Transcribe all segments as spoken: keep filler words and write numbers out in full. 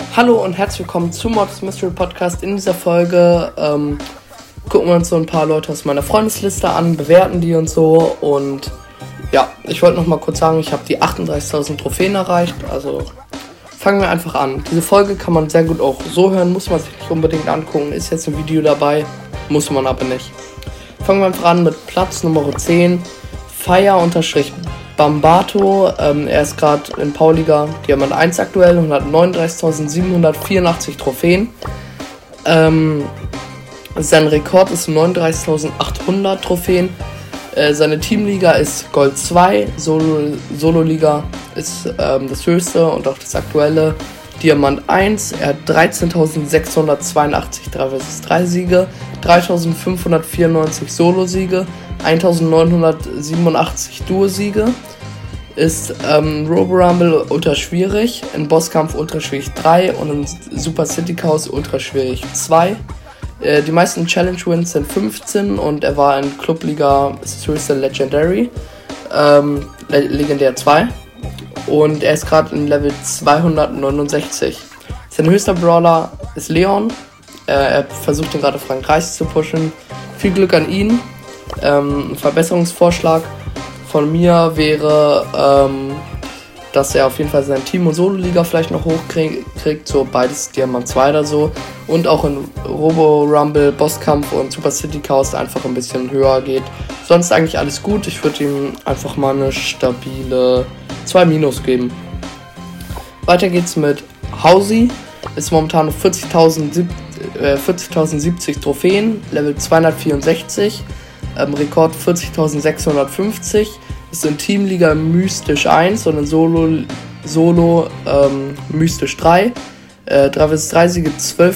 Hallo und herzlich willkommen zum Modus Mystery Podcast. In dieser Folge ähm, gucken wir uns so ein paar Leute aus meiner Freundesliste an, bewerten die und so. Und ja, ich wollte noch mal kurz sagen, ich habe die achtunddreißigtausend Trophäen erreicht. Also fangen wir einfach an. Diese Folge kann man sehr gut auch so hören, muss man sich nicht unbedingt angucken. Ist jetzt ein Video dabei, muss man aber nicht. Fangen wir einfach an mit Platz Nummer zehn. Fire-Bambato, ähm, er ist gerade in Pauliga Diamant eins aktuell und hat neununddreißigtausendsiebenhundertvierundachtzig Trophäen. Ähm, sein Rekord ist neununddreißigtausendachthundert Trophäen. Äh, seine Teamliga ist Gold zwei, Solo, Solo-Liga ist ähm, das höchste und auch das aktuelle Diamant eins. Er hat dreizehntausendsechshundertzweiundachtzig drei versus drei Siege, dreitausendfünfhundertvierundneunzig Solo-Siege, eintausendneunhundertsiebenundachtzig Duo-Siege, ist ähm, Robo Rumble ultra schwierig, in Bosskampf ultra schwierig drei und in Super City Chaos ultra schwierig zwei. Äh, die meisten Challenge Wins sind fünfzehn und er war in Clubliga höchste Legendary, ähm, Le- Legendär zwei. Und er ist gerade in Level zweihundertneunundsechzig. Sein höchster Brawler ist Leon. Äh, er versucht ihn gerade auf Rang dreißig zu pushen. Viel Glück an ihn. Ähm, ein Verbesserungsvorschlag von mir wäre, ähm, dass er auf jeden Fall sein Team- und Solo-Liga vielleicht noch hochkriegt. So beides Diamant zwei oder so. Und auch in Robo Rumble, Bosskampf und Super City Chaos einfach ein bisschen höher geht. Sonst eigentlich alles gut. Ich würde ihm einfach mal eine stabile zwei Minus geben. Weiter geht's mit Hausi. Ist momentan auf vierzigtausendsiebzig Trophäen, Level zweihundertvierundsechzig, ähm, Rekord vierzigtausendsechshundertfünfzig. Ist in Teamliga Mystisch eins und in Solo, Solo ähm, Mystisch drei. Äh, drei versus drei Siege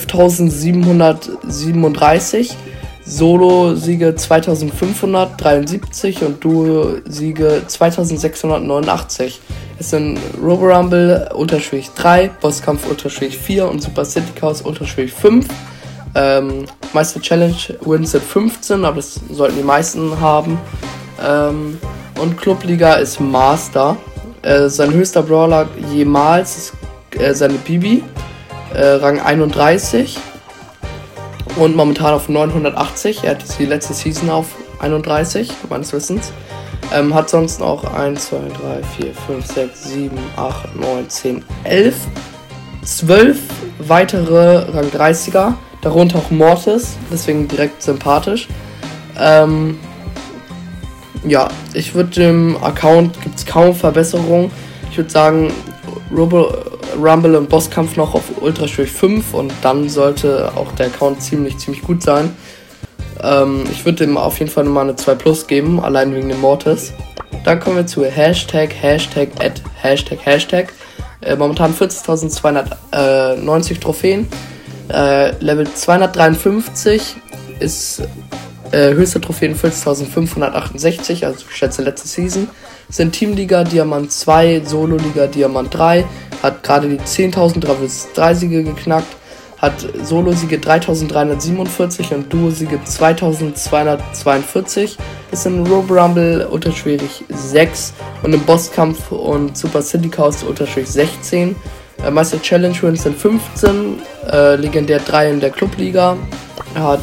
zwölftausendsiebenhundertsiebenunddreißig. Solo-Siege zweitausendfünfhundertdreiundsiebzig und Duo-Siege zweitausendsechshundertneunundachtzig. Es sind Robo Rumble Ultraschwierig drei, Bosskampf Ultraschwierig vier und Super City Chaos Ultraschwierig fünf. Ähm, meiste Challenge Wins sind fünfzehn, aber das sollten die meisten haben. Ähm, und Clubliga ist Master. Äh, sein höchster Brawler jemals ist äh, seine Bibi, äh, Rang einunddreißig. Und momentan auf neunhundertachtzig. Er hat die letzte Season auf einunddreißig, meines Wissens. Ähm, hat sonst noch eins, zwei, drei, vier, fünf, sechs, sieben, acht, neun, zehn, elf, zwölf weitere Rang dreißiger. Darunter auch Mortis, deswegen direkt sympathisch. Ähm, ja, ich würde dem Account, gibt es kaum Verbesserungen. Ich würde sagen, Robo Rumble und Bosskampf noch auf Ultra schwierig fünf und dann sollte auch der Account ziemlich, ziemlich gut sein. Ähm, ich würde ihm auf jeden Fall nochmal eine zwei plus geben, allein wegen dem Mortis. Dann kommen wir zu Hashtag, Hashtag, Ad, Hashtag, Hashtag. Äh, momentan vierzigtausendzweihundertneunzig Trophäen. Äh, Level zweihundertdreiundfünfzig ist äh, höchste Trophäen vierzigtausendfünfhundertachtundsechzig, also ich schätze letzte Season. Sind Teamliga Diamant zwei, Solo-Liga Diamant drei, hat gerade die zehntausend drei versus drei Siege geknackt, hat Solo-Siege dreitausenddreihundertsiebenundvierzig und Duo-Siege zweitausendzweihundertzweiundvierzig, ist in Robo Rumble unterschwierig sechs und im Bosskampf und Super City Chaos unterschwierig sechzehn. Äh, meiste Challenge Wins sind fünfzehn, äh, Legendär drei in der Clubliga, er hat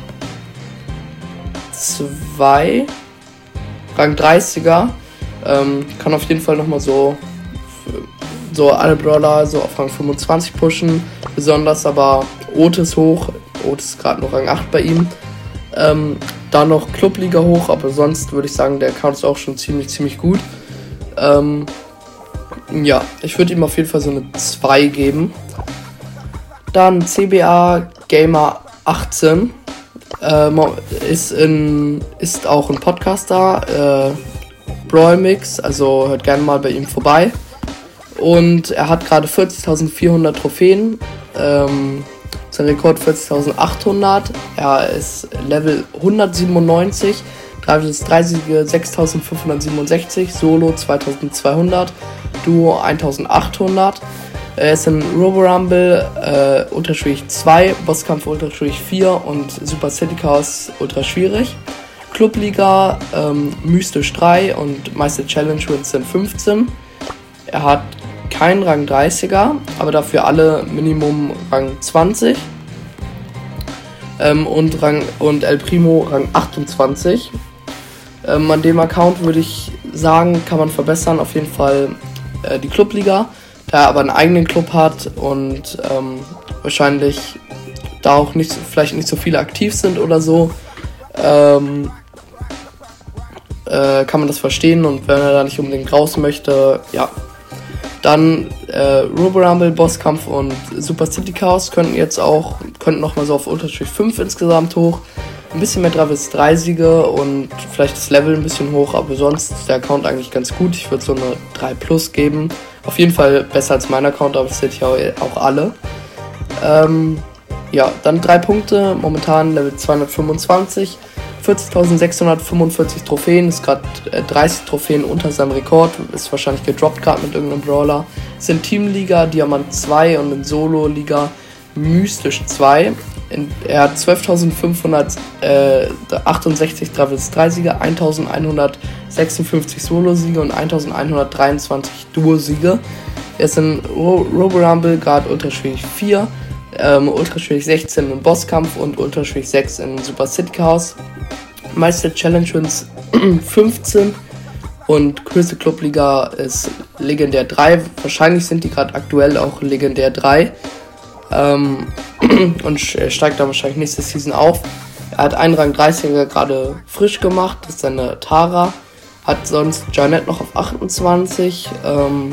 zwei Rang dreißiger. Ähm, kann auf jeden Fall nochmal so so alle Brawler so auf Rang fünfundzwanzig pushen, besonders aber Otis hoch, Otis ist gerade noch Rang acht bei ihm, ähm, dann noch Clubliga hoch, aber sonst würde ich sagen, der Account ist auch schon ziemlich, ziemlich gut. Ähm, ja, ich würde ihm auf jeden Fall so eine zwei geben. Dann C B A Gamer achtzehn, ähm, ist, in, ist auch ein Podcaster, äh, Brawlmix, also hört gerne mal bei ihm vorbei. Und er hat gerade vierzigtausendvierhundert Trophäen, ähm, sein Rekord vierzigtausendachthundert, er ist Level hundertsiebenundneunzig, drei versus drei Siege sechstausendfünfhundertsiebenundsechzig, Solo zweitausendzweihundert, Duo eintausendachthundert. Er ist in Robo Rumble äh, Ultraschwierig zwei, Bosskampf Ultraschwierig vier und Super City Chaos Ultra schwierig. Clubliga ähm, Mystisch drei und meiste Challenge Wins sind fünfzehn. Er hat kein Rang dreißiger, aber dafür alle Minimum Rang zwanzig. Ähm, und, Rang, und El Primo Rang achtundzwanzig. Ähm, an dem Account würde ich sagen, kann man verbessern, auf jeden Fall äh, die Clubliga, da er aber einen eigenen Club hat und ähm, wahrscheinlich da auch nicht, vielleicht nicht so viele aktiv sind oder so, ähm, äh, kann man das verstehen, und wenn er da nicht unbedingt raus möchte, ja. Dann äh, Robo Rumble, Bosskampf und Super City Chaos könnten jetzt auch, könnten nochmal so auf Unterstrich fünf insgesamt hoch. Ein bisschen mehr drei bis drei Siege und vielleicht das Level ein bisschen hoch, aber sonst ist der Account eigentlich ganz gut. Ich würde so eine drei plus geben. Auf jeden Fall besser als mein Account, aber das hätte ich auch, auch alle. Ähm, ja, dann drei Punkte, momentan Level zweihundertfünfundzwanzig. vierzigtausendsechshundertfünfundvierzig Trophäen, ist gerade äh, dreißig Trophäen unter seinem Rekord, ist wahrscheinlich gedroppt gerade mit irgendeinem Brawler. Sind Teamliga Diamant zwei und in Solo-Liga Mystisch zwei. In, er hat zwölftausendfünfhundertachtundsechzig drei bis drei Siege, eintausendeinhundertsechsundfünfzig Solo-Siege und eintausendeinhundertdreiundzwanzig Duo-Siege. Er ist in Ro- Robo Rumble gerade Ultraschwierig vier, ähm, Ultraschwierig sechzehn im Bosskampf und Ultraschwierig sechs in Super City Chaos. Meiste Challenge Wins fünfzehn und höchste Clubliga ist Legendär drei. Wahrscheinlich sind die gerade aktuell auch Legendär drei. Ähm, und steigt dann wahrscheinlich nächste Season auf. Er hat einen Rang dreißiger gerade frisch gemacht, das ist seine Tara. Hat sonst Janet noch auf achtundzwanzig. Ähm,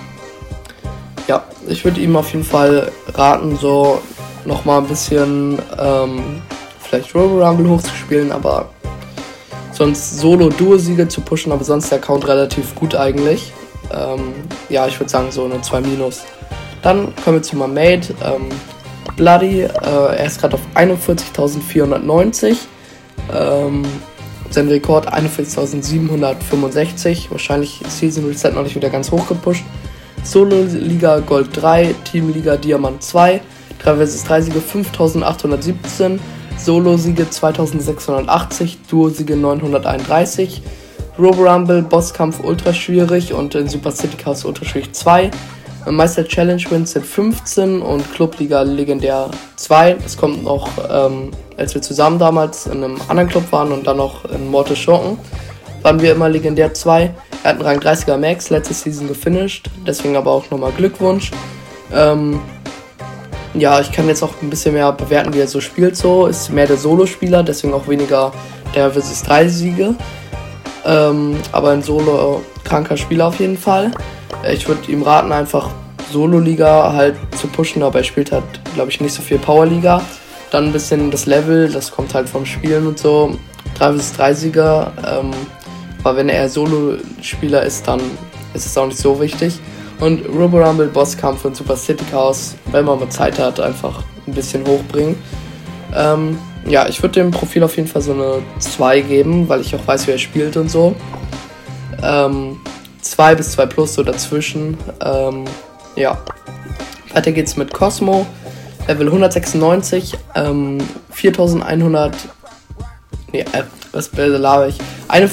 ja, ich würde ihm auf jeden Fall raten, so nochmal ein bisschen ähm, vielleicht Robo Rumble hochzuspielen, aber sonst Solo-Duo-Siege zu pushen, aber sonst der Account relativ gut eigentlich. Ähm, ja, ich würde sagen so eine zwei minus. Dann kommen wir zu meinem Mate, ähm, Bloody, äh, er ist gerade auf einundvierzigtausendvierhundertneunzig, ähm, sein Rekord einundvierzigtausendsiebenhundertfünfundsechzig, wahrscheinlich Season Reset noch nicht wieder ganz hoch gepusht. Solo-Liga Gold drei, Teamliga Diamant zwei, drei versus drei Siege fünftausendachthundertsiebzehn, Solo-Siege zweitausendsechshundertachtzig, Duo-Siege neunhunderteinunddreißig, Robo Rumble, Bosskampf ultra schwierig und in Super City Chaos ultra schwierig zwei. Meister Challenge Wins sind fünfzehn und Clubliga Legendär zwei. Das kommt noch, ähm, als wir zusammen damals in einem anderen Club waren und dann noch in Mortal Schurken, waren wir immer Legendär zwei. Er hat einen Rang dreißiger Max letzte Season gefinisht, deswegen aber auch nochmal Glückwunsch. Ähm, ja, ich kann jetzt auch ein bisschen mehr bewerten, wie er so spielt. So ist mehr der Solo-Spieler, deswegen auch weniger der versus drei Siege. Ähm, aber ein Solo kranker Spieler auf jeden Fall. Ich würde ihm raten, einfach Solo-Liga halt zu pushen, aber er spielt halt, glaube ich, nicht so viel Power-Liga. Dann ein bisschen das Level, das kommt halt vom Spielen und so. drei bis drei Sieger, ähm, aber wenn er Solo-Spieler ist, dann ist es auch nicht so wichtig. Und Robo Rumble, Bosskampf und Super City Chaos, wenn man mal Zeit hat, einfach ein bisschen hochbringen. Ähm, ja, ich würde dem Profil auf jeden Fall so eine zwei geben, weil ich auch weiß, wie er spielt und so. Ähm, zwei bis zwei plus, so dazwischen. Ähm, ja. Weiter geht's mit Cosmo. Level hundertsechsundneunzig, ähm, viertausendeinhundert. Nee, äh, was laber ich?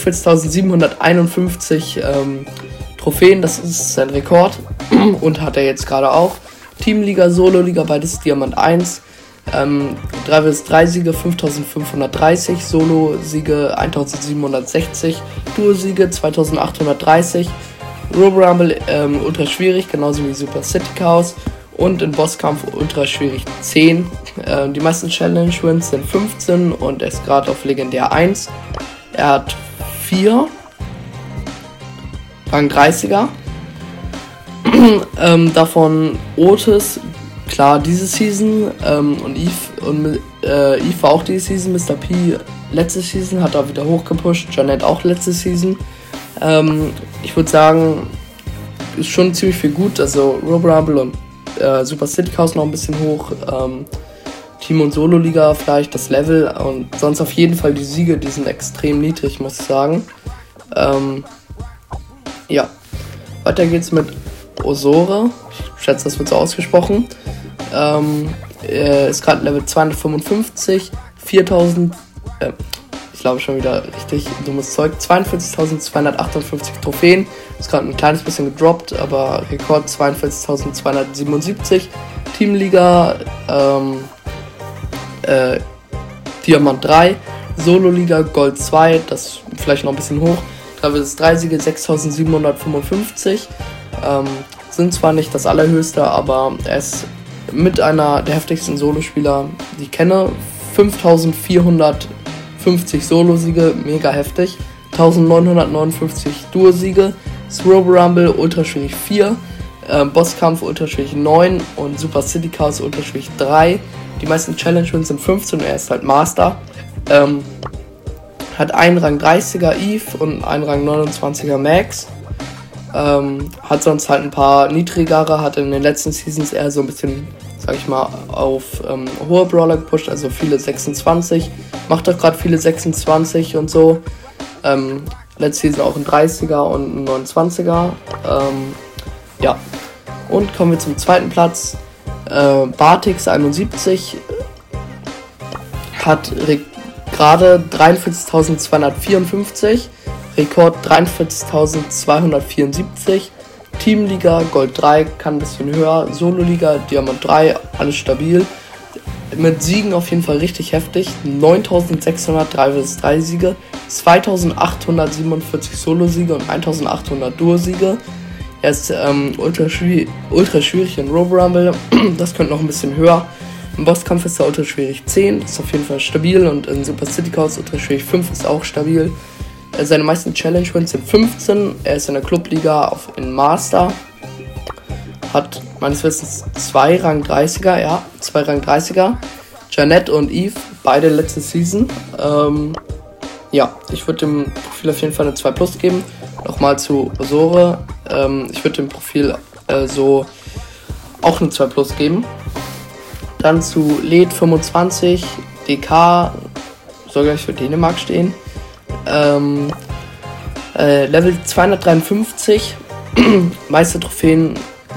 einundvierzigtausendsiebenhunderteinundfünfzig ähm, Trophäen, das ist sein Rekord. Und hat er jetzt gerade auch. Teamliga, Solo-Liga, beides Diamant eins. Ähm, drei bis drei Siege fünftausendfünfhundertdreißig, Solo-Siege eintausendsiebenhundertsechzig, Duo-Siege zweitausendachthundertdreißig, Robo Rumble ähm, ultra schwierig, genauso wie Super City Chaos und in Bosskampf ultra schwierig zehn. Ähm, die meisten Challenge Wins sind fünfzehn und er ist gerade auf Legendär eins. Er hat vier Rang dreißiger. ähm, davon Otis, klar, diese Season, ähm, und Eve, und, äh, Eve war auch diese Season, Mister P letzte Season, hat er wieder hochgepusht, Janet auch letzte Season. Ähm, ich würde sagen, ist schon ziemlich viel gut, also Robo Rumble und äh, Super City Chaos noch ein bisschen hoch, ähm, Team- und Solo-Liga vielleicht das Level und sonst auf jeden Fall die Siege, die sind extrem niedrig, muss ich sagen. Ähm, ja, weiter geht's mit Osore, ich schätze, das wird so ausgesprochen. Ähm, er ist gerade Level zweihundertfünfundfünfzig, viertausend, äh, Ich glaube schon wieder richtig dummes Zeug. zweiundvierzigtausendzweihundertachtundfünfzig Trophäen. Ist gerade ein kleines bisschen gedroppt, aber Rekord zweiundvierzigtausendzweihundertsiebenundsiebzig. Teamliga ähm, äh, Diamant drei. Solo-Liga Gold zwei, das ist vielleicht noch ein bisschen hoch. drei versus drei Siege sechstausendsiebenhundertfünfundfünfzig. Ähm, sind zwar nicht das allerhöchste, aber er ist mit einer der heftigsten Solospieler, die ich kenne. fünftausendvierhundertfünfzig Solo-Siege, mega heftig. eintausendneunhundertneunundfünfzig Duo-Siege. Robo Rumble Ultra schwierig vier. Äh, Bosskampf Ultra schwierig neun und Super City Chaos Ultra schwierig drei. Die meisten Challenge-Wins sind fünfzehn und er ist halt Master. Ähm, hat einen Rang dreißiger Eve und einen Rang neunundzwanziger Max. Ähm, hat sonst halt ein paar niedrigere, hat in den letzten Seasons eher so ein bisschen, sag ich mal, auf ähm, hohe Brawler gepusht, also viele sechsundzwanzig. Macht doch gerade viele sechsundzwanzig und so. Ähm, letzte Season auch ein dreißiger und ein neunundzwanziger. Ähm, ja. Und kommen wir zum zweiten Platz. Äh, Bartix einundsiebzig hat Re- gerade dreiundvierzigtausendzweihundertvierundfünfzig, Rekord dreiundvierzigtausendzweihundertvierundsiebzig, Teamliga Gold drei, kann ein bisschen höher, Solo-Liga Diamant drei, alles stabil. Mit Siegen auf jeden Fall richtig heftig, neuntausendsechshundert drei versus drei Siege, zweitausendachthundertsiebenundvierzig Solo-Siege und eintausendachthundert Duo-Siege. Er ist ähm, ultra, schwierig, ultra schwierig in Robo Rumble, das könnte noch ein bisschen höher. Im Bosskampf ist er ultra schwierig zehn, das ist auf jeden Fall stabil, und in Super City Chaos ultra schwierig fünf ist auch stabil. Äh, seine meisten Challenge Wins sind fünfzehn, er ist in der Clubliga auf in Master, hat meines Wissens zwei Rang dreißiger, ja, zwei Rang dreißiger. Jeanette und Eve, beide letzte Season. Ähm, ja, ich würde dem Profil auf jeden Fall eine zwei plus geben. Nochmal zu Osore, ähm, ich würde dem Profil äh, so auch eine zwei plus geben. Dann zu Led fünfundzwanzig, D K, soll gleich für Dänemark stehen. Ähm, äh, Level zweihundertdreiundfünfzig, meiste Trophäen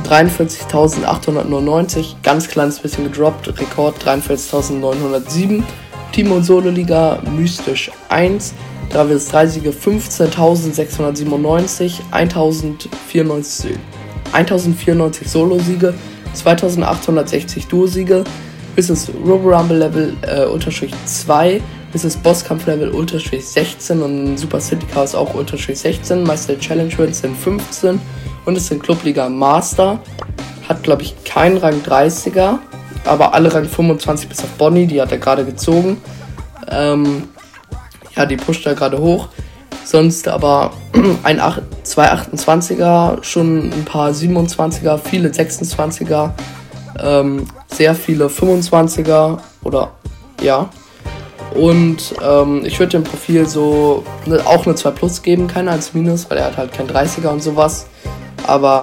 dreiundvierzigtausendachthundertneunundneunzig, ganz kleines bisschen gedroppt, Rekord dreiundvierzigtausendneunhundertsieben. Team- und Solo-Liga Mystisch eins, drei versus drei Siege fünfzehntausendsechshundertsiebenundneunzig, eintausendvierundneunzig, eintausendvierundneunzig Solo-Siege, zweitausendachthundertsechzig Duo-Siege, bis das Robo Rumble Level äh, Unterstrich zwei, bis das Bosskampf Level Unterstrich sechzehn und Super City Chaos auch Unterstrich sechzehn, meiste Challenge Wins sind fünfzehn und ist in Clubliga Master, hat glaube ich keinen Rang dreißiger, aber alle Rang fünfundzwanzig bis auf Bonnie, die hat er gerade gezogen. Ähm, ja, die pusht er gerade hoch. Sonst aber ein zwei achtundzwanziger, schon ein paar siebenundzwanziger, viele sechsundzwanziger, ähm, sehr viele fünfundzwanziger oder ja. Und ähm, ich würde dem Profil so ne, auch eine zwei plus geben, keine eins minus, weil er hat halt kein dreißiger und sowas. Aber